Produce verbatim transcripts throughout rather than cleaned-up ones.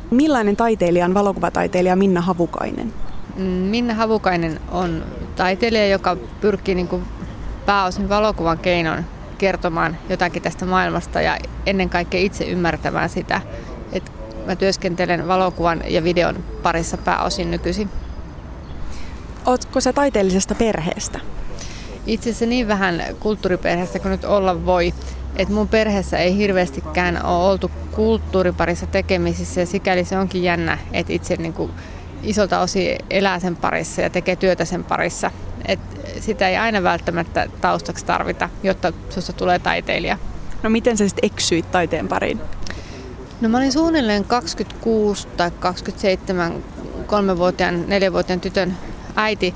Millainen taiteilija on valokuvataiteilija Minna Havukainen? Minna Havukainen on taiteilija, joka pyrkii niin kuin pääosin valokuvan keinoin kertomaan jotakin tästä maailmasta ja ennen kaikkea itse ymmärtämään sitä. Et mä työskentelen valokuvan ja videon parissa pääosin nykyisin. Ootko sä taiteellisesta perheestä? Itse asiassa niin vähän kulttuuriperheestä kuin nyt olla voi. Et mun perheessä ei hirveästikään ole oltu kulttuuriparissa tekemisissä ja sikäli se onkin jännä, että itse niin kuin isolta osin elää sen parissa ja tekee työtä sen parissa. Et sitä ei aina välttämättä taustaksi tarvita, jotta susta tulee taiteilija. No miten sä sitten eksyit taiteen pariin? No mä olin suunnilleen kaksikymmentäkuusi tai kaksikymmentäseitsemän kolmevuotiaan, neljävuotiaan tytön äiti.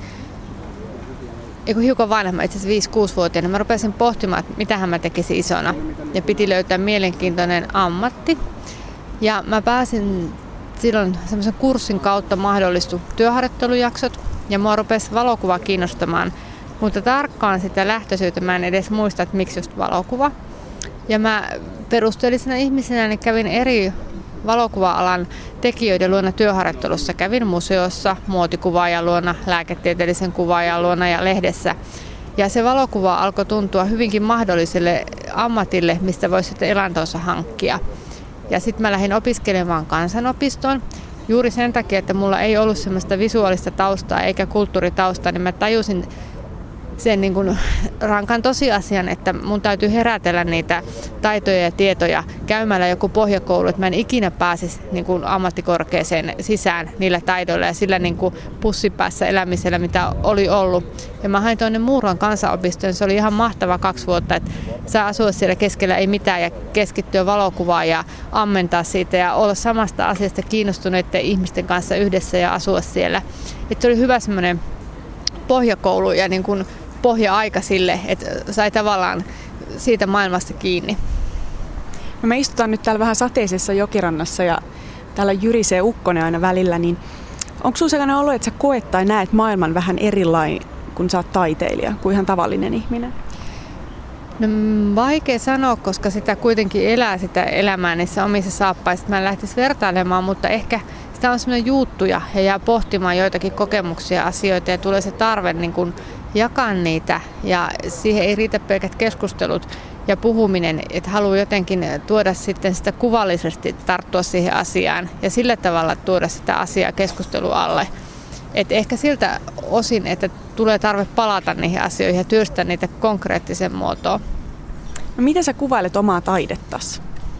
Eiku hiukan vanhemma, itse asiassa viisi-kuusivuotiaana. Mä rupesin pohtimaan, että mitähän mä tekisin isona. Ja piti löytää mielenkiintoinen ammatti. Ja mä pääsin silloin semmoisen kurssin kautta mahdollistu työharjoittelujaksot. Ja mua rupesi valokuva kiinnostamaan. Mutta tarkkaan sitä lähtöisyyttä mä en edes muista, että miksi just valokuva. Ja mä perusteellisena ihmisenä niin kävin eri valokuva-alan tekijöiden luona työharjoittelussa. Kävin museossa, muotikuvaajan luona, lääketieteellisen kuvaajan luona ja lehdessä. Ja se valokuva alkoi tuntua hyvinkin mahdolliselle ammatille, mistä voisi sitten elantonsa hankkia. Ja sitten mä lähdin opiskelemaan kansanopistoon. Juuri sen takia, että mulla ei ollut semmoista visuaalista taustaa eikä kulttuuritaustaa, niin mä tajusin sen niin kuin rankan tosiasian, että mun täytyy herätellä niitä taitoja ja tietoja käymällä joku pohjakoulu, että mä en ikinä pääsisi niin kuin ammattikorkeeseen sisään niillä taidoilla ja sillä niin kuin pussipäässä elämisellä, mitä oli ollut. Ja mä hain tuonne Muuron kansanopistoon, se oli ihan mahtava kaksi vuotta, että saa asua siellä keskellä ei mitään ja keskittyä valokuvaan ja ammentaa siitä ja olla samasta asiasta kiinnostuneiden ihmisten kanssa yhdessä ja asua siellä. Että se oli hyvä semmoinen pohjakoulu ja niin kuin pohja-aika sille, että sai tavallaan siitä maailmasta kiinni. No me istutaan nyt täällä vähän sateisessa jokirannassa ja täällä jyrisee ukkonen aina välillä, niin onko sinulla sellainen olo, että sä koet tai näet maailman vähän erilainen, kun sä oot taiteilija, kuin ihan tavallinen ihminen? No vaikea sanoa, koska sitä kuitenkin elää sitä elämää niissä omissa saappaissa. Mä en lähtisi vertailemaan, mutta ehkä sitä on semmoinen juuttuja ja jää pohtimaan joitakin kokemuksia ja asioita ja tulee se tarve niin kuin jakaa niitä ja siihen ei riitä pelkät keskustelut ja puhuminen, että haluaa jotenkin tuoda sitten sitä kuvallisesti tarttua siihen asiaan ja sillä tavalla tuoda sitä asiaa keskustelun alle. Et ehkä siltä osin, että tulee tarve palata niihin asioihin ja työstää niitä konkreettisen muotoon. No miten sä kuvailet omaa taidettasi?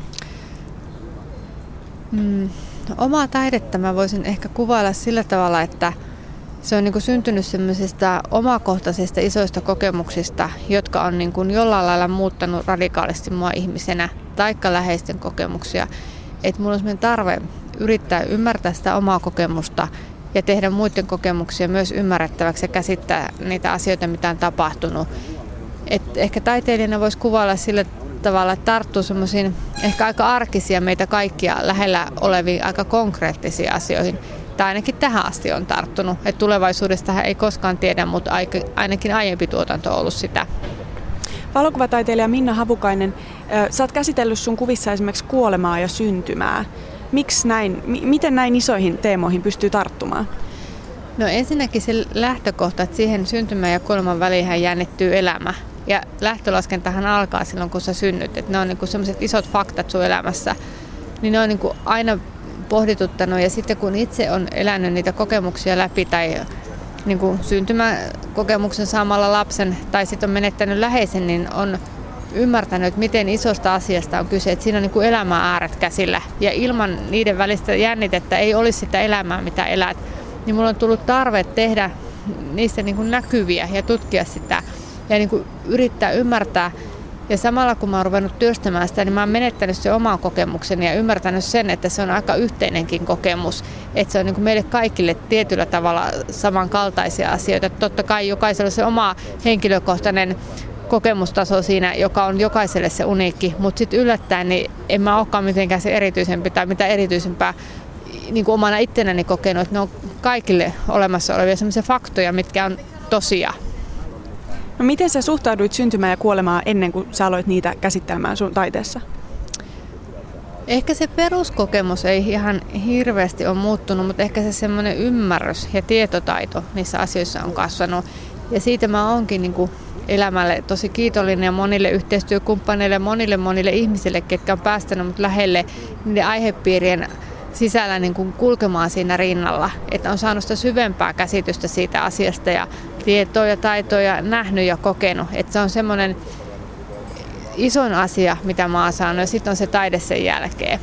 Mm, no, omaa taidetta mä voisin ehkä kuvailla sillä tavalla, että se on niin kuin syntynyt semmoisista omakohtaisista isoista kokemuksista, jotka on niin kuin jollain lailla muuttanut radikaalisti mua ihmisenä, taikka läheisten kokemuksia. Että mulla on semmoinen tarve yrittää ymmärtää sitä omaa kokemusta ja tehdä muiden kokemuksia myös ymmärrettäväksi ja käsittää niitä asioita, mitä on tapahtunut. Et ehkä taiteilijana voisi kuvailla sillä tavalla, että tarttuu semmoisiin ehkä aika arkisia meitä kaikkia lähellä oleviin aika konkreettisiin asioihin. Tai ainakin tähän asti on tarttunut. Et tulevaisuudestahan ei koskaan tiedä, mutta ainakin aiempi tuotanto on ollut sitä. Valokuvataiteilija Minna Havukainen, sä oot käsitellyt sun kuvissa esimerkiksi kuolemaa ja syntymää. Miksi näin, miten näin isoihin teemoihin pystyy tarttumaan? No ensinnäkin se lähtökohta, että siihen syntymän ja kuoleman väliin jännittyy elämä. Ja lähtölaskentahan alkaa silloin, kun sä synnyt. Et ne on niinku sellaiset isot faktat sun elämässä. Niin ne on niinku aina pohdituttanut. Ja sitten kun itse on elänyt niitä kokemuksia läpi tai niinku syntymäkokemuksen saamalla lapsen tai sitten on menettänyt läheisen, niin on ymmärtänyt, että miten isosta asiasta on kyse. Että siinä on niin kuin elämän ääret käsillä. Ja ilman niiden välistä jännitettä ei olisi sitä elämää, mitä elät. Niin mulla on tullut tarve tehdä niistä niin kuin näkyviä ja tutkia sitä. Ja niin kuin yrittää ymmärtää. Ja samalla kun mä oon ruvennut työstämään sitä, niin mä oon menettänyt sen oman kokemukseni ja ymmärtänyt sen, että se on aika yhteinenkin kokemus. Että se on niin kuin meille kaikille tietyllä tavalla samankaltaisia asioita. Totta kai jokaisella on se oma henkilökohtainen kokemustaso siinä, joka on jokaiselle se uniikki, mutta sitten yllättäen niin en mä olekaan mitenkään se erityisempi tai mitä erityisempää niin kuin omana itsenäni kokenut, että ne on kaikille olemassa olevia sellaisia faktoja, mitkä on tosia. No miten sä suhtauduit syntymään ja kuolemaan ennen kuin sä aloit niitä käsittelemään sun taiteessa? Ehkä se peruskokemus ei ihan hirveästi ole muuttunut, mutta ehkä se semmoinen ymmärrys ja tietotaito niissä asioissa on kasvanut. Ja siitä mä oonkin niin kuin elämälle tosi kiitollinen ja monille yhteistyökumppaneille ja monille monille ihmisille, ketkä on päästänyt mut lähelle niiden aihepiirien sisällä niin kuin kulkemaan siinä rinnalla. Että on saanut sitä syvempää käsitystä siitä asiasta ja tietoa ja taitoa ja nähnyt ja kokenut. Että se on semmoinen isoin asia, mitä mä oon saanut, ja sitten on se taide sen jälkeen.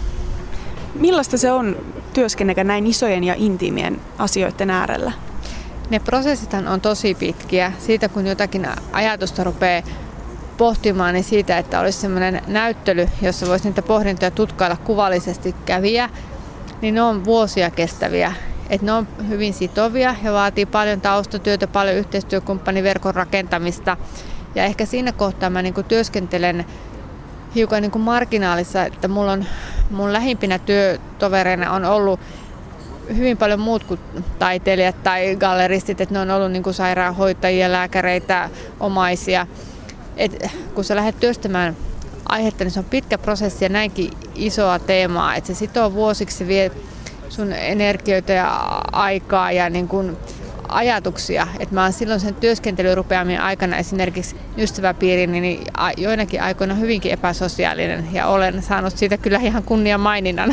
Millaista se on työskennellä näin isojen ja intiimien asioiden äärellä? Ne prosessithan on tosi pitkiä. Siitä kun jotakin ajatusta rupeaa pohtimaan, niin siitä, että olisi semmoinen näyttely, jossa voisi niitä pohdintoja tutkailla kuvallisesti käviä, niin ne on vuosia kestäviä. Et ne on hyvin sitovia ja vaatii paljon taustatyötä, paljon yhteistyökumppaniverkon rakentamista. Ja ehkä siinä kohtaa mä niinku työskentelen hiukan niinku marginaalissa, että mulla on, mun lähimpinä työtovereina on ollut hyvin paljon muut kuin taiteilijat tai galleristit, että ne on ollut niinku sairaanhoitajia, lääkäreitä, omaisia. Et kun sä lähdet työstämään aihetta, niin se on pitkä prosessi ja näinkin isoa teemaa, että se sitoo vuosiksi, se vie sun energioita ja aikaa ja niin kuin ajatuksia. Että mä oon silloin sen työskentelyrupeamien aikana esimerkiksi ystäväpiirin, niin joinakin aikoina hyvinkin epäsosiaalinen ja olen saanut siitä kyllä ihan kunnian maininnan.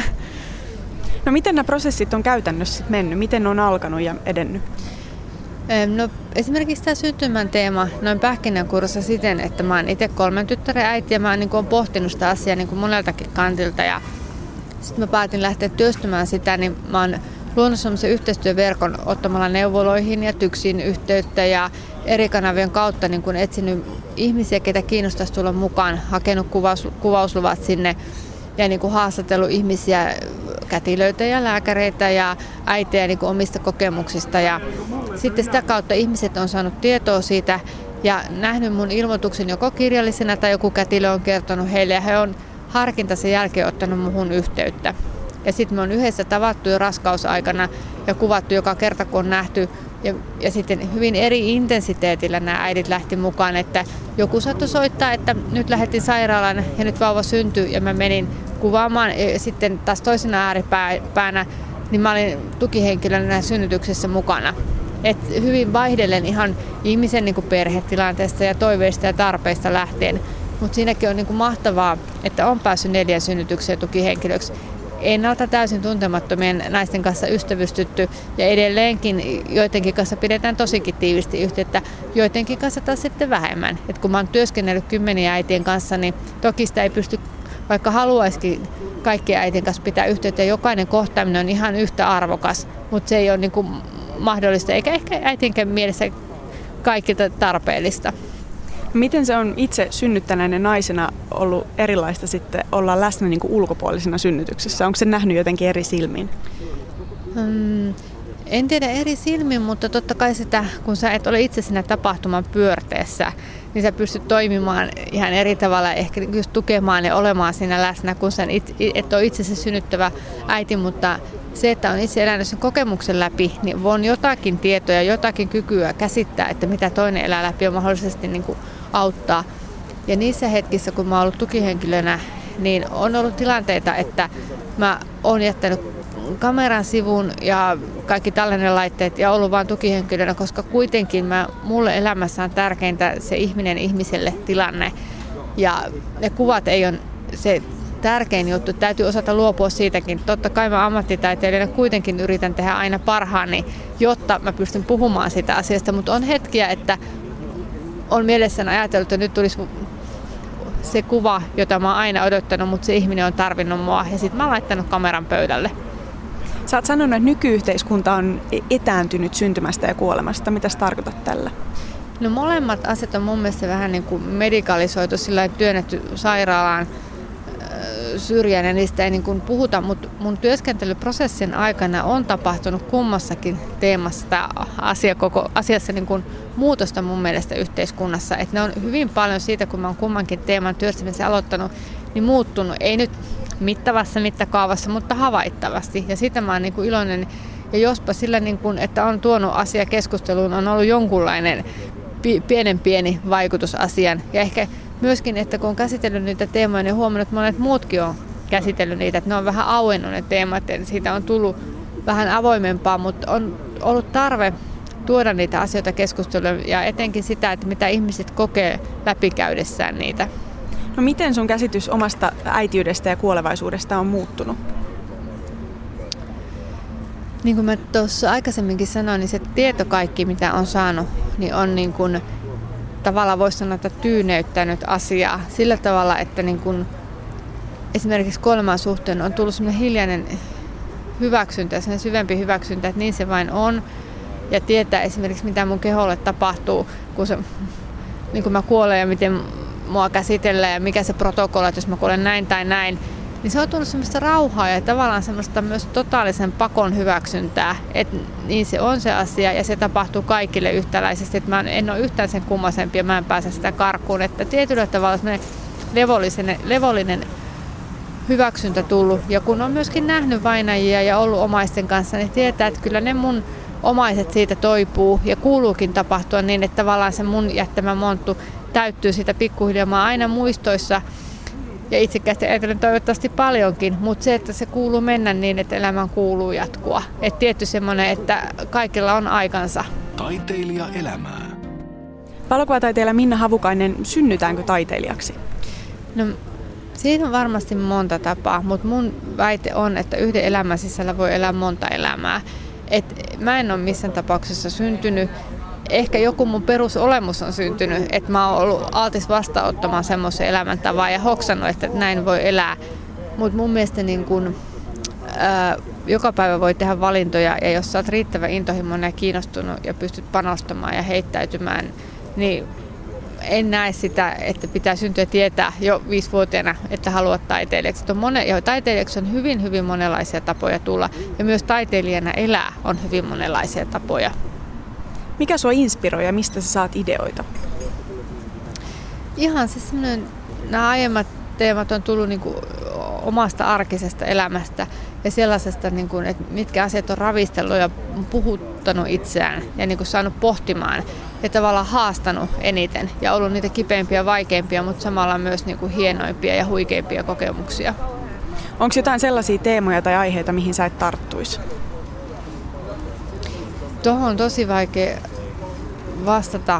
No miten nämä prosessit on käytännössä mennyt? Miten ne on alkanut ja edennyt? No, esimerkiksi tämä syntymän teema noin pähkinänkursissa siten, että mä oon itse kolmen tyttären äiti ja mä oon, niin kuin, pohtinut sitä asiaa niin kuin moneltakin kantilta. Ja sitten mä päätin lähteä työstämään sitä, niin mä oon luonut sellaisen yhteistyöverkon ottamalla neuvoloihin ja tyksiin yhteyttä ja eri kanavien kautta niin kun etsinyt ihmisiä, ketä kiinnostaisi tulla mukaan, hakenut kuvaus, kuvausluvat sinne ja niin kun haastatellut ihmisiä, kätilöitä ja lääkäreitä ja äitejä niin kun omista kokemuksista. Ja sitten sitä kautta ihmiset on saanut tietoa siitä ja nähnyt mun ilmoituksen joko kirjallisena tai joku kätilö on kertonut heille ja he on harkintansa jälkeen ottanut muhun yhteyttä. Ja sitten me on yhdessä tavattu jo raskausaikana ja kuvattu joka kerta, kun on nähty. Ja, ja sitten hyvin eri intensiteetillä nämä äidit lähti mukaan, että joku saattoi soittaa, että nyt lähdettiin sairaalaan ja nyt vauva syntyi ja mä menin kuvaamaan. Ja sitten taas toisena ääripäänä, niin mä olin tukihenkilönä synnytyksessä mukana. Et hyvin vaihdellen ihan ihmisen niin kuin perhetilanteesta ja toiveista ja tarpeista lähtien. Mutta siinäkin on niin kuin mahtavaa, että on päässyt neljän synnytykseen tukihenkilöksi. Ennalta täysin tuntemattomien naisten kanssa ystävystytty ja edelleenkin joidenkin kanssa pidetään tosinkin tiivisti yhteyttä, joidenkin kanssa taas sitten vähemmän. Et kun mä oon työskennellyt kymmeniä äitien kanssa, niin toki sitä ei pysty, vaikka haluaisikin kaikkien äitien kanssa pitää yhteyttä, ja jokainen kohtaaminen on ihan yhtä arvokas, mutta se ei ole niin kuin mahdollista, eikä ehkä äitienkään mielessä kaikilta tarpeellista. Miten se on itse synnyttäneenä naisena ollut erilaista sitten olla läsnä niin kuin ulkopuolisena synnytyksessä? Onko se nähnyt jotenkin eri silmin? Hmm, en tiedä eri silmin, mutta totta kai sitä, kun sä et ole itse siinä tapahtuman pyörteessä, niin sä pystyt toimimaan ihan eri tavalla, ehkä just tukemaan ja olemaan siinä läsnä, kun sä et, et ole itse se synnyttävä äiti, mutta se, että on itse elänyt sen kokemuksen läpi, niin on jotakin tietoja, jotakin kykyä käsittää, että mitä toinen elää läpi on mahdollisesti niin kuin auttaa. Ja niissä hetkissä, kun mä oon ollut tukihenkilönä, niin on ollut tilanteita, että mä oon jättänyt kameran sivuun ja kaikki tallennelaitteet ja ollut vain tukihenkilönä, koska kuitenkin mä, mulle elämässä on tärkeintä se ihminen ihmiselle tilanne. Ja ne kuvat ei ole se tärkein juttu, täytyy osata luopua siitäkin. Totta kai mä ammattitaiteilijana kuitenkin yritän tehdä aina parhaani, jotta mä pystyn puhumaan sitä asiasta, mutta on hetkiä, että on mielessäni ajatellut, että nyt tulisi se kuva, jota mä oon aina odottanut, mutta se ihminen on tarvinnut mua ja sitten mä oon laittanut kameran pöydälle. Sä oot sanonut, että nykyyhteiskunta on etääntynyt syntymästä ja kuolemasta. Mitä sä tarkoitat tällä? No molemmat asiat on mun mielestä vähän niin kuin medikalisoitu, sillä työnnetty sairaalaan syrjään ja niistä ei niin kuin puhuta, mutta mun työskentelyprosessin aikana on tapahtunut kummassakin teemassa tämä asia, koko asiassa niin kuin muutosta mun mielestä yhteiskunnassa. Et ne on hyvin paljon siitä, kun mä oon kummankin teeman työstämisen aloittanut, niin muuttunut. Ei nyt mittavassa mittakaavassa, mutta havaittavasti. Ja sitä mä oon niin kuin iloinen. Ja jospa sillä, niin kuin, että on tuonut asia keskusteluun, on ollut jonkunlainen pienen pieni vaikutus asian. Ja ehkä myöskin, että kun on käsitellyt niitä teemoja, niin huomannut, että monet muutkin on käsitellyt niitä, että ne on vähän auennut ne teemat ja siitä on tullut vähän avoimempaa, mutta on ollut tarve tuoda niitä asioita keskusteluun ja etenkin sitä, että mitä ihmiset kokee läpikäydessään niitä. No miten sun käsitys omasta äitiydestä ja kuolevaisuudesta on muuttunut? Niin kuin mä tuossa aikaisemminkin sanoin, niin se tieto kaikki, mitä on saanut, niin on niin kuin, tavallaan voisi sanoa, että tyyneyttänyt asiaa sillä tavalla, että niin kuin, esimerkiksi kuoleman suhteen on tullut sellainen hiljainen hyväksyntä, sellainen syvempi hyväksyntä, että niin se vain on. Ja tietää esimerkiksi, mitä mun keholle tapahtuu, kun, se, niin kun mä kuolen ja miten mua käsitellään ja mikä se protokolla, että jos mä kuolen näin tai näin. Niin se on tullut semmoista rauhaa ja tavallaan semmoista myös totaalisen pakon hyväksyntää, että niin se on se asia ja se tapahtuu kaikille yhtäläisesti. Että mä en ole yhtään sen kummasempi ja mä en pääse sitä karkuun. Että tietyllä tavalla semmoinen levollinen, levollinen hyväksyntä tullut. Ja kun on myöskin nähnyt vainajia ja ollut omaisten kanssa, niin tietää, että kyllä ne mun omaiset siitä toipuu ja kuuluukin tapahtua niin, että tavallaan se mun jättämä monttu täyttyy siitä pikkuhiljaa aina muistoissa. Ja itsekästi ajattelen toivottavasti paljonkin, mutta se, että se kuuluu mennä niin, että elämän kuuluu jatkua. Että tietty semmoinen, että kaikilla on aikansa. Taiteilija elämää. Valokuvataiteilija Minna Havukainen, synnytäänkö taiteilijaksi? No, siinä on varmasti monta tapaa, mutta mun väite on, että yhden elämän sisällä voi elää monta elämää. Et mä en ole missään tapauksessa syntynyt. Ehkä joku mun perusolemus on syntynyt, että mä oon ollut altis vastaanottamaan semmoisen elämäntavan ja hoksannut, että näin voi elää. Mutta mun mielestä niin kun, ää, joka päivä voi tehdä valintoja ja jos sä oot riittävän intohimoinen ja kiinnostunut ja pystyt panostamaan ja heittäytymään, niin en näe sitä, että pitää syntyä tietää jo viisivuotiaana, että haluat taiteilijaksi. On monen, ja taiteilijaksi on hyvin, hyvin monenlaisia tapoja tulla ja myös taiteilijana elää on hyvin monenlaisia tapoja. Mikä sua inspiroi ja mistä sä saat ideoita? Ihan se semmoinen, nämä aiemmat teemat on tullut niin kuin omasta arkisesta elämästä ja sellaisesta, niin kuin, että mitkä asiat on ravistellut ja puhuttanut itseään ja niin kuin saanut pohtimaan ja tavallaan haastanut eniten ja ollut niitä kipeimpiä ja vaikeimpia, mutta samalla myös niin kuin hienoimpia ja huikeimpia kokemuksia. Onko jotain sellaisia teemoja tai aiheita, mihin sä et tarttuisi? Tuohon on tosi vaikea vastata,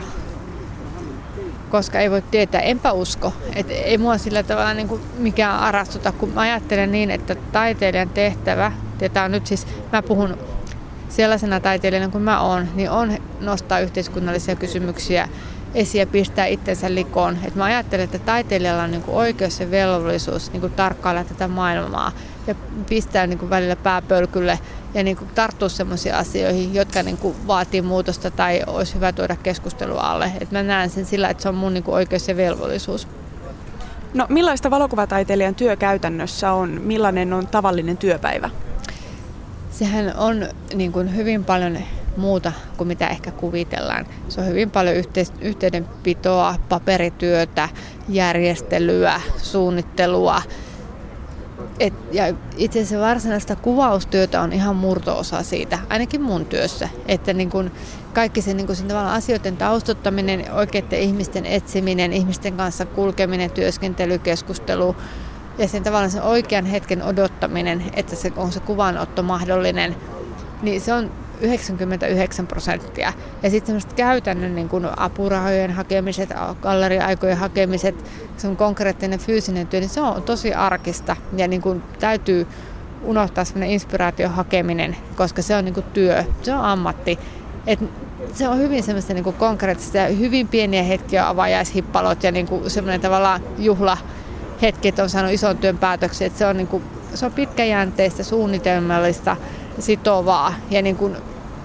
koska ei voi tietää. Enpä usko. Et ei mua sillä tavalla niin kuin mikään arastuta, kun mä ajattelen niin, että taiteilijan tehtävä, ja tää on nyt siis, mä puhun sellaisena taiteilijana kuin mä oon, niin on nostaa yhteiskunnallisia kysymyksiä esiin ja pistää itsensä likoon. Et mä ajattelen, että taiteilijalla on niin kuin oikeus ja velvollisuus niin kuin tarkkailla tätä maailmaa ja pistää niin kuin välillä pääpölkylle ja niin kuin tarttua sellaisiin asioihin, jotka niin kuin vaatii muutosta tai olisi hyvä tuoda keskustelua alle. Et mä näen sen sillä, että se on mun niin kuin oikeus ja velvollisuus. No millaista valokuvataiteilijan työ käytännössä on? Millainen on tavallinen työpäivä? Sehän on niin kuin hyvin paljon muuta kuin mitä ehkä kuvitellaan. Se on hyvin paljon yhteis- yhteydenpitoa, paperityötä, järjestelyä, suunnittelua. Et, ja itse asiassa varsinaista kuvaustyötä on ihan murto-osa siitä, ainakin mun työssä. Että niin kun kaikki se, niin kun sen tavallaan asioiden taustottaminen, oikeiden ihmisten etsiminen, ihmisten kanssa kulkeminen, työskentely, keskustelu ja sen tavallaan sen oikean hetken odottaminen, että se on se kuvanotto mahdollinen, niin se on yhdeksänkymmentäyhdeksän prosenttia. Ja sitten semmoiset käytännön niin kun apurahojen hakemiset, galleria-aikojen hakemiset, se on konkreettinen fyysinen työ, niin se on tosi arkista. Ja niin kun täytyy unohtaa semmoinen inspiraation hakeminen, koska se on niin kun työ, se on ammatti. Et se on hyvin semmoista niin kun konkreettista ja hyvin pieniä hetkiä, avajaishippalot ja niin kun semmoinen tavallaan juhlahetki, että on saanut ison työn päätöksiä. Se on, niin kun, se on pitkäjänteistä, suunnitelmallista, sitovaa ja niin kuin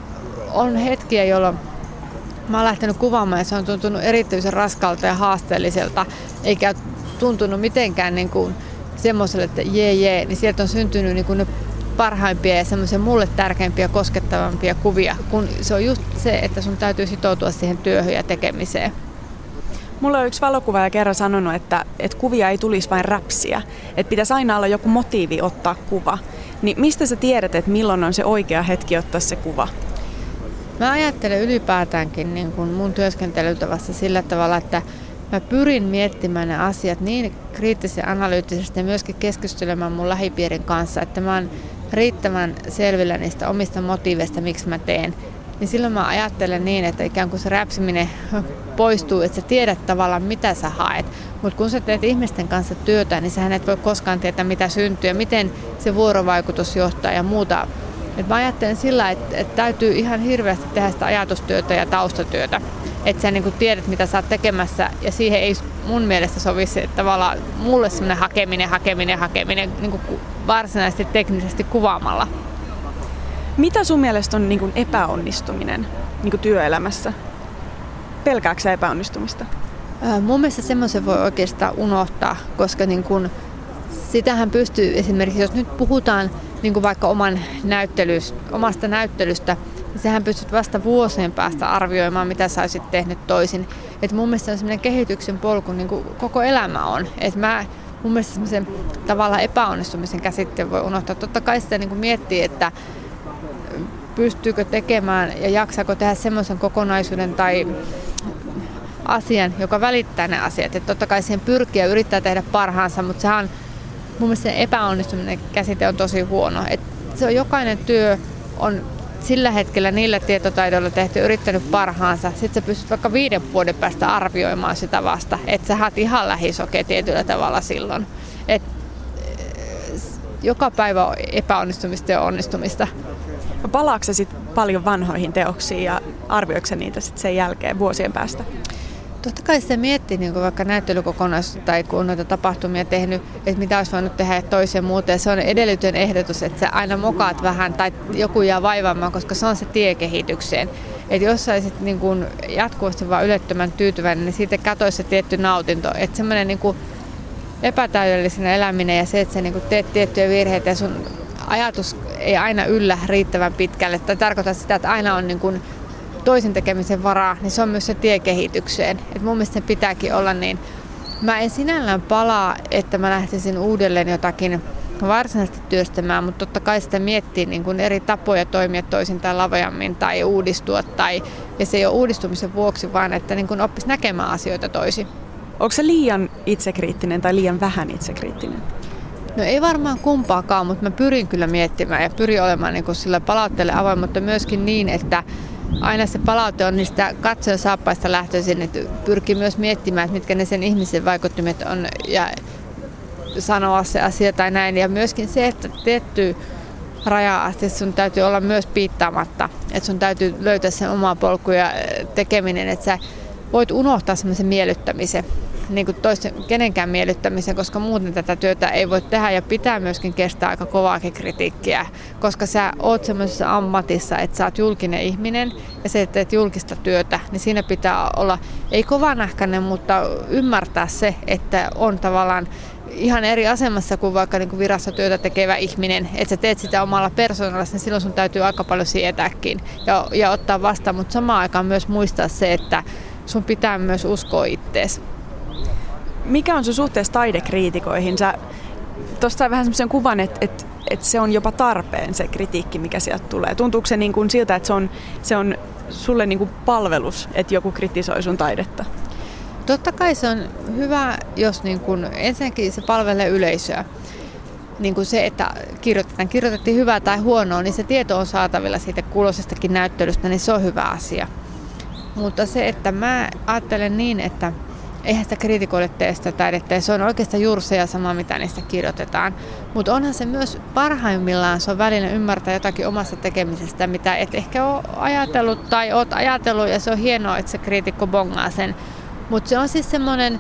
on hetkiä, jolloin mä oon lähtenyt kuvaamaan ja se on tuntunut erityisen raskalta ja haasteelliselta, eikä tuntunut mitenkään niin kuin semmoiselle, että jee jee, niin sieltä on syntynyt niin kuin ne parhaimpia ja semmoisia mulle tärkeimpiä koskettavampia kuvia, kun se on just se, että sun täytyy sitoutua siihen työhön ja tekemiseen. Mulla on yksi valokuvaaja kerran sanonut, että, että kuvia ei tulisi vain räpsiä, että pitäisi aina olla joku motiivi ottaa kuva. Niin mistä sä tiedät, että milloin on se oikea hetki ottaa se kuva? Mä ajattelen ylipäätäänkin niin kuin mun työskentelytavassa sillä tavalla, että mä pyrin miettimään ne asiat niin kriittisen analyyttisesti ja myöskin keskustelemaan mun lähipiirin kanssa, että mä oon riittävän selvillä niistä omista motiiveista, miksi mä teen. Niin silloin mä ajattelen niin, että ikään kuin se räpsiminen poistuu, että sä tiedät tavallaan mitä sä haet. Mutta kun sä teet ihmisten kanssa työtä, niin sähän et voi koskaan tietää mitä syntyy ja miten se vuorovaikutus johtaa ja muuta. Et mä ajattelen sillä, että, että täytyy ihan hirveästi tehdä sitä ajatustyötä ja taustatyötä. Että sä niin kuin tiedät mitä sä oot tekemässä ja siihen ei mun mielestä sovi se, että tavallaan mulle semmoinen hakeminen, hakeminen, hakeminen niin kuin varsinaisesti teknisesti kuvaamalla. Mitä sun mielestä on niin kuin epäonnistuminen niin kuin työelämässä? Pelkääksä sä epäonnistumista? Ää, mun mielestä semmoisen voi oikeastaan unohtaa, koska niin kun, sitähän pystyy esimerkiksi, jos nyt puhutaan niin kuin vaikka oman näyttelys, omasta näyttelystä, niin sehän pystyt vasta vuosien päästä arvioimaan, mitä sä olisit tehnyt toisin. Et mun mielestä on semmoinen kehityksen polku, niin kuin koko elämä on. Et mä, mun mielestä semmoisen tavallaan epäonnistumisen käsitteen voi unohtaa. Totta kai sitä niin kuin miettii, että pystyykö tekemään ja jaksaako tehdä semmoisen kokonaisuuden tai asian, joka välittää ne asiat. Et totta kai siihen pyrkii ja yrittää tehdä parhaansa, mutta sehän on, mun mielestä se epäonnistuminen käsite on tosi huono. Et se on, jokainen työ on sillä hetkellä niillä tietotaidoilla tehty, yrittänyt parhaansa. Sitten sä pystyt vaikka viiden vuoden päästä arvioimaan sitä vasta, että sä oot ihan lähisokea tietyllä tavalla silloin. Et joka päivä on epäonnistumista ja onnistumista. Palaatko sä sit paljon vanhoihin teoksiin ja arvioitko sä niitä sit sen jälkeen vuosien päästä? Totta kai sitä miettii niin kuin vaikka näyttelykokonaisuutta tai kun on noita tapahtumia tehnyt, että mitä olisi voinut tehdä toisen muuta. Ja se on edellytön ehdotus, että sä aina mokaat vähän tai joku jää vaivaamaan, koska se on se tie kehitykseen. Että jos sä olisit niin kuin jatkuvasti vaan ylettömän tyytyväinen, niin siitä katoisi se tietty nautinto. Että semmoinen niin kuin epätäydellisenä eläminen ja se, että sä niin kuin teet tiettyjä virheitä ja sun ajatus ei aina yllä riittävän pitkälle. Tai tarkoittaa sitä, että aina on niin kuin toisin tekemisen varaa, niin se on myös se tie kehitykseen. Et mun mielestä se pitääkin olla niin. Mä en sinällään palaa, että mä lähtisin uudelleen jotakin varsinaisesti työstämään, mutta totta kai sitä miettii niin kuin eri tapoja toimia toisin tai laveammin tai uudistua. Tai, ja se ei ole uudistumisen vuoksi, vaan että niin kuin oppisi näkemään asioita toisin. Onko se liian itsekriittinen tai liian vähän itsekriittinen? No ei varmaan kumpaakaan, mutta mä pyrin kyllä miettimään ja pyrin olemaan niin kuin sillä palautteelle avoin, mutta myöskin niin, että aina se palaute on niistä katsojan saappaista lähtöisin, että pyrkii myös miettimään, että mitkä ne sen ihmisen vaikuttimet on ja sanoa se asia tai näin. Ja myöskin se, että tietty raja asti sun täytyy olla myös piittaamatta, että sun täytyy löytää sen oma polku ja tekeminen, että sä voit unohtaa semmoisen miellyttämisen, niin kuin toisten, kenenkään miellyttämisen, koska muuten tätä työtä ei voi tehdä ja pitää myöskin kestää aika kovaakin kritiikkiä, koska sä oot semmoisessa ammatissa, että sä oot julkinen ihminen ja sä teet julkista työtä, niin siinä pitää olla, ei kovanähkäinen, mutta ymmärtää se, että on tavallaan ihan eri asemassa kuin vaikka niin kuin virastotyötä tekevä ihminen, että sä teet sitä omalla persoonalla, niin silloin sun täytyy aika paljon sietääkin ja, ja ottaa vastaan, mutta samaan aikaan myös muistaa se, että sun pitää myös uskoa ittees. Mikä on sun suhteessa taidekriitikoihin? Sä tuosta sai vähän semmoisen kuvan, että, että, että se on jopa tarpeen se kritiikki, mikä sieltä tulee. Tuntuuko se niin kuin siltä, että se on, se on sulle niin kuin palvelus, että joku kritisoi sun taidetta? Totta kai se on hyvä, jos niin kuin, ensinnäkin se palvelee yleisöä. Niin kuin se, että kirjoitetaan, kirjoitettiin hyvää tai huonoa, niin se tieto on saatavilla siitä kuuloisestakin näyttelystä, niin se on hyvä asia. Mutta se, että mä ajattelen niin, että eihän sitä kriitikoille tee sitä taidetta, ja se on oikeastaan juuri se ja sama, mitä niistä kirjoitetaan. Mutta onhan se myös parhaimmillaan, se on välillä ymmärtää jotakin omasta tekemisestä, mitä et ehkä ole ajatellut tai oot ajatellut, ja se on hienoa, että se kriitikko bongaa sen. Mutta se on siis semmoinen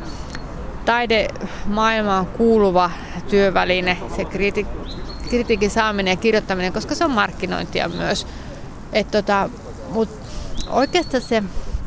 taidemaailmaan kuuluva työväline, se kriti- kritiikin saaminen ja kirjoittaminen, koska se on markkinointia myös. Et tota, mut oikeastaan se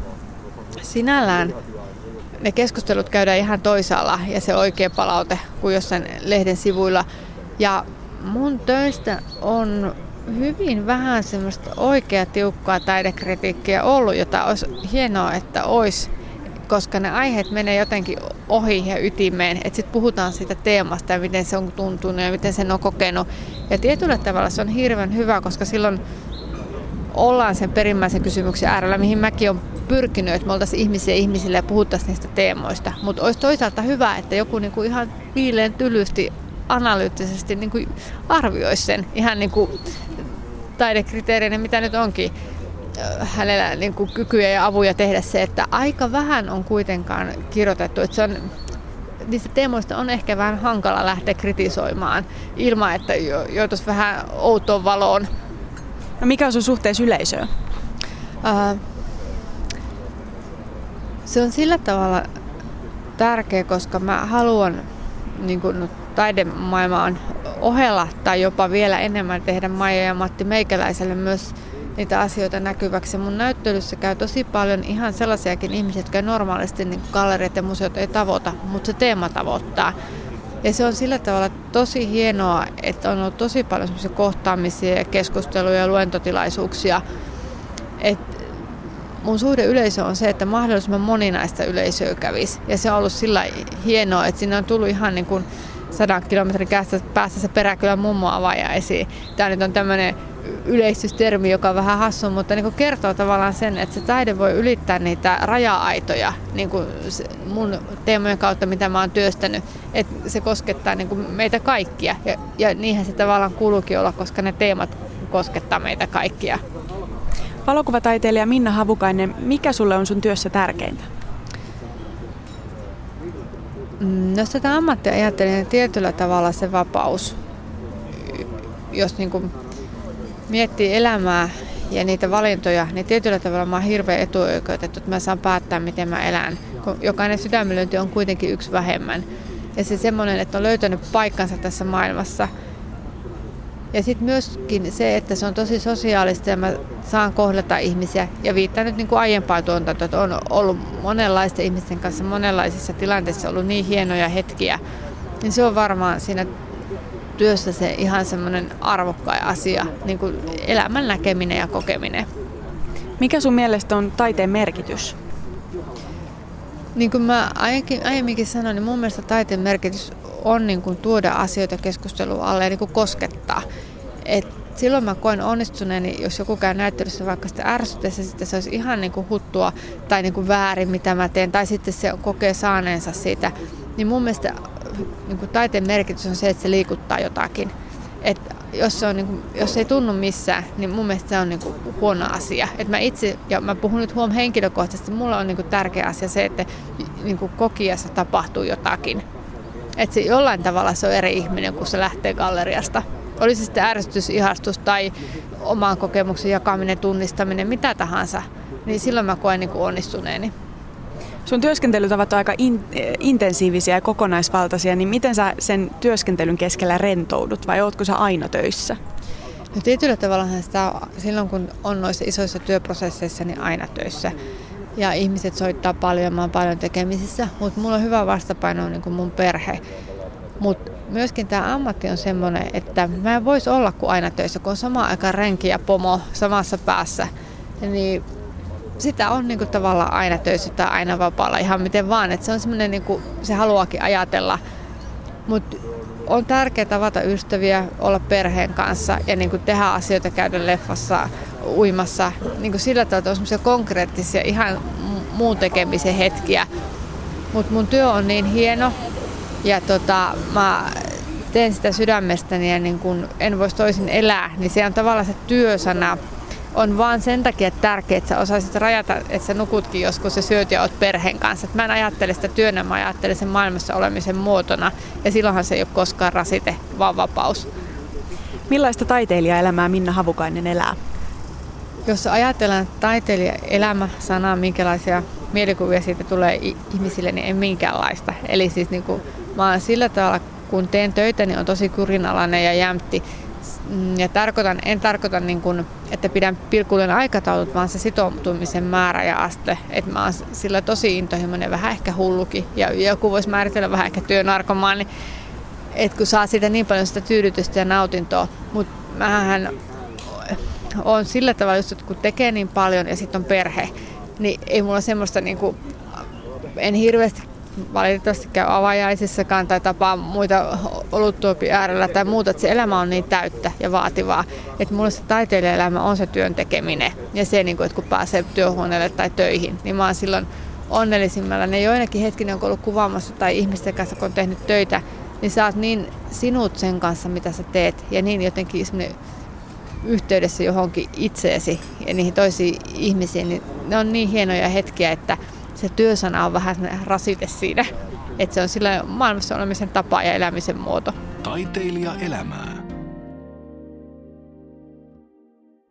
sinällään ne keskustelut käydään ihan toisaalla ja se oikea palaute kuin jossain lehden sivuilla. Ja mun töistä on hyvin vähän semmoista oikea tiukkaa taidekritiikkiä ollut, jota olisi hienoa, että olisi, koska ne aiheet menee jotenkin ohi ja ytimeen, että sitten puhutaan siitä teemasta ja miten se on tuntunut ja miten sen on kokenut. Ja tietyllä tavalla se on hirveän hyvä, koska silloin ollaan sen perimmäisen kysymyksen äärellä, mihin mäkin olen pyrkinyt, että me oltaisiin ihmisiä ihmisille ja puhuttaisiin niistä teemoista. Mutta olisi toisaalta hyvä, että joku niinku ihan viileän tylysti, analyyttisesti niinku arvioisi sen ihan niinku taidekriteerinen, mitä nyt onkin hänellä niinku kykyjä ja avuja tehdä se, että aika vähän on kuitenkaan kirjoitettu. Että se on, niistä teemoista on ehkä vähän hankala lähteä kritisoimaan ilman, että joutuisi vähän outoon valoon. No mikä on sun suhteessa yleisöön? Uh, se on sillä tavalla tärkeä, koska mä haluan niin kuin taidemaailman ohella tai jopa vielä enemmän tehdä Maija ja Matti Meikäläiselle myös niitä asioita näkyväksi. Mun näyttelyssä käy tosi paljon ihan sellaisiakin ihmisiä, jotka normaalisti niin galleriat ja museot ei tavoita, mutta se teema tavoittaa. Ja se on sillä tavalla tosi hienoa, että on ollut tosi paljon semmoisia kohtaamisia ja keskusteluja ja luentotilaisuuksia. Et mun suhde yleisö on se, että mahdollisimman moninaista yleisöä kävisi. Ja se on ollut sillä hienoa, että sinne on tullut ihan niin kuin sadan kilometrin päästä se Peräkylän mummo avaaja esiin. Tämä nyt on tämmöinen yleistystermi, joka on vähän hassu, mutta niin kuin kertoo tavallaan sen, että se taide voi ylittää niitä raja-aitoja niin kuin mun teemojen kautta, mitä mä oon työstänyt. Että se koskettaa niin kuin meitä kaikkia ja, ja niinhän se tavallaan kuuluukin olla, koska ne teemat koskettaa meitä kaikkia. Valokuvataiteilija Minna Havukainen, mikä sulle on sun työssä tärkeintä? Mm, jos tätä ammattia ajattelee, niin tietyllä tavalla se vapaus. Jos niin kuin miettii elämää ja niitä valintoja, niin tietyllä tavalla mä oon hirveän etuoikeutettu, että mä saan päättää, miten mä elän. Jokainen sydämenlyönti on kuitenkin yksi vähemmän. Ja se semmoinen, että on löytänyt paikkansa tässä maailmassa. Ja sitten myöskin se, että se on tosi sosiaalista ja mä saan kohdata ihmisiä. Ja viittaan nyt niin kuin aiempaan tuontantoon, että on ollut monenlaisten ihmisten kanssa monenlaisissa tilanteissa ollut niin hienoja hetkiä. Niin se on varmaan siinä työssä se ihan semmoinen arvokkain asia, niin kuin elämän näkeminen ja kokeminen. Mikä sun mielestä on taiteen merkitys? Niin kuin mä aiemminkin sanoin, niin mun mielestä taiteen merkitys on niin kuin tuoda asioita keskustelun alle ja niin kuin koskettaa. Et silloin mä koen onnistuneeni, jos joku käy näyttelyssä vaikka sitä ärsytessä, sitten se olisi ihan niin kuin huttua tai niin kuin väärin, mitä mä teen, tai sitten se kokee saaneensa siitä. Niin mun mielestä niin kuin taiteen merkitys on se, että se liikuttaa jotakin. Et jos, se on, niin kuin, jos ei tunnu missään, niin mun mielestä se on niin kuin huono asia. Et mä itse, ja mä puhun nyt huom henkilökohtaisesti, mulla on niin kuin tärkeä asia se, että niin kuin kokijassa tapahtuu jotakin. Että se jollain tavalla se on eri ihminen, kun se lähtee galleriasta. Oli se sitten ärsytys, ihastus tai oman kokemuksen jakaminen, tunnistaminen, mitä tahansa. Niin silloin mä koen niin kuin onnistuneeni. Sun työskentelytavat on aika in, intensiivisiä ja kokonaisvaltaisia, niin miten sä sen työskentelyn keskellä rentoudut vai ootko sä aina töissä? No tietyllä tavallahan sitä silloin kun on noissa isoissa työprosesseissa, niin aina töissä. Ja ihmiset soittaa paljon, mä oon paljon tekemisissä, mutta mulla on hyvä vastapaino niin kuin mun perhe. Mutta myöskin tämä ammatti on semmoinen, että mä en voisi olla kuin aina töissä, kun on samaan aikaan renki ja pomo samassa päässä. Niin sitä on niinku tavallaan aina töissä tai aina vapaalla, ihan miten vaan. Et se on semmoinen, niinku, se haluakin ajatella. Mutta on tärkeää tavata ystäviä, olla perheen kanssa ja niinku tehdä asioita, käydä leffassa, uimassa. Niinku sillä tavalla, että on semmoisia konkreettisia, ihan muun tekemisen hetkiä. Mutta mun työ on niin hieno ja tota, mä teen sitä sydämestäni ja niin kun en voisi toisin elää, niin se on tavallaan se työsana. On vaan sen takia tärkeää, että sä osaisit rajata, että sä nukutkin joskus ja syöt ja oot perheen kanssa. Et mä en ajattele sitä työnä, mä ajattelen sen maailmassa olemisen muotona. Ja silloinhan se ei ole koskaan rasite, vaan vapaus. Millaista taiteilijaelämää Minna Havukainen elää? Jos ajatellaan taiteilijaelämä sanaa, minkälaisia mielikuvia siitä tulee ihmisille, niin ei minkäänlaista. Eli siis niin kuin, mä oon sillä tavalla, kun teen töitä, niin on tosi kurinalainen ja jämpti. Ja tarkoitan, en tarkoita, niin kuin, että pidän pilkulleen aikataulut, vaan se sitoutumisen määrä ja aste. Että mä oon sillä tosi intohimoinen, vähän ehkä hullukin. Ja joku voisi määritellä vähän ehkä työnarkomaani. Että kun saa siitä niin paljon sitä tyydytystä ja nautintoa. Mutta mähän on sillä tavalla, just, että kun tekee niin paljon ja sitten on perhe, niin ei mulla semmoista, niin kuin, en hirveästi valitettavasti käy avajaisissakaan tai tapaa muita oluttuopin äärellä tai muuta, että se elämä on niin täyttä ja vaativaa, että mulle se taiteilijaelämä on se työn tekeminen ja se, että kun pääsee työhuoneelle tai töihin, niin mä oon silloin onnellisimmalla. Ne joinakin hetkinä on ollut kuvaamassa tai ihmisten kanssa, kun on tehnyt töitä, niin sä oot niin sinut sen kanssa, mitä sä teet ja niin jotenkin yhteydessä johonkin itseesi ja niihin toisiin ihmisiin, niin ne on niin hienoja hetkiä, että se työsana on vähän rasite siinä, että se on sillä maailmassa olemisen tapa ja elämisen muoto. Taiteilija elämää.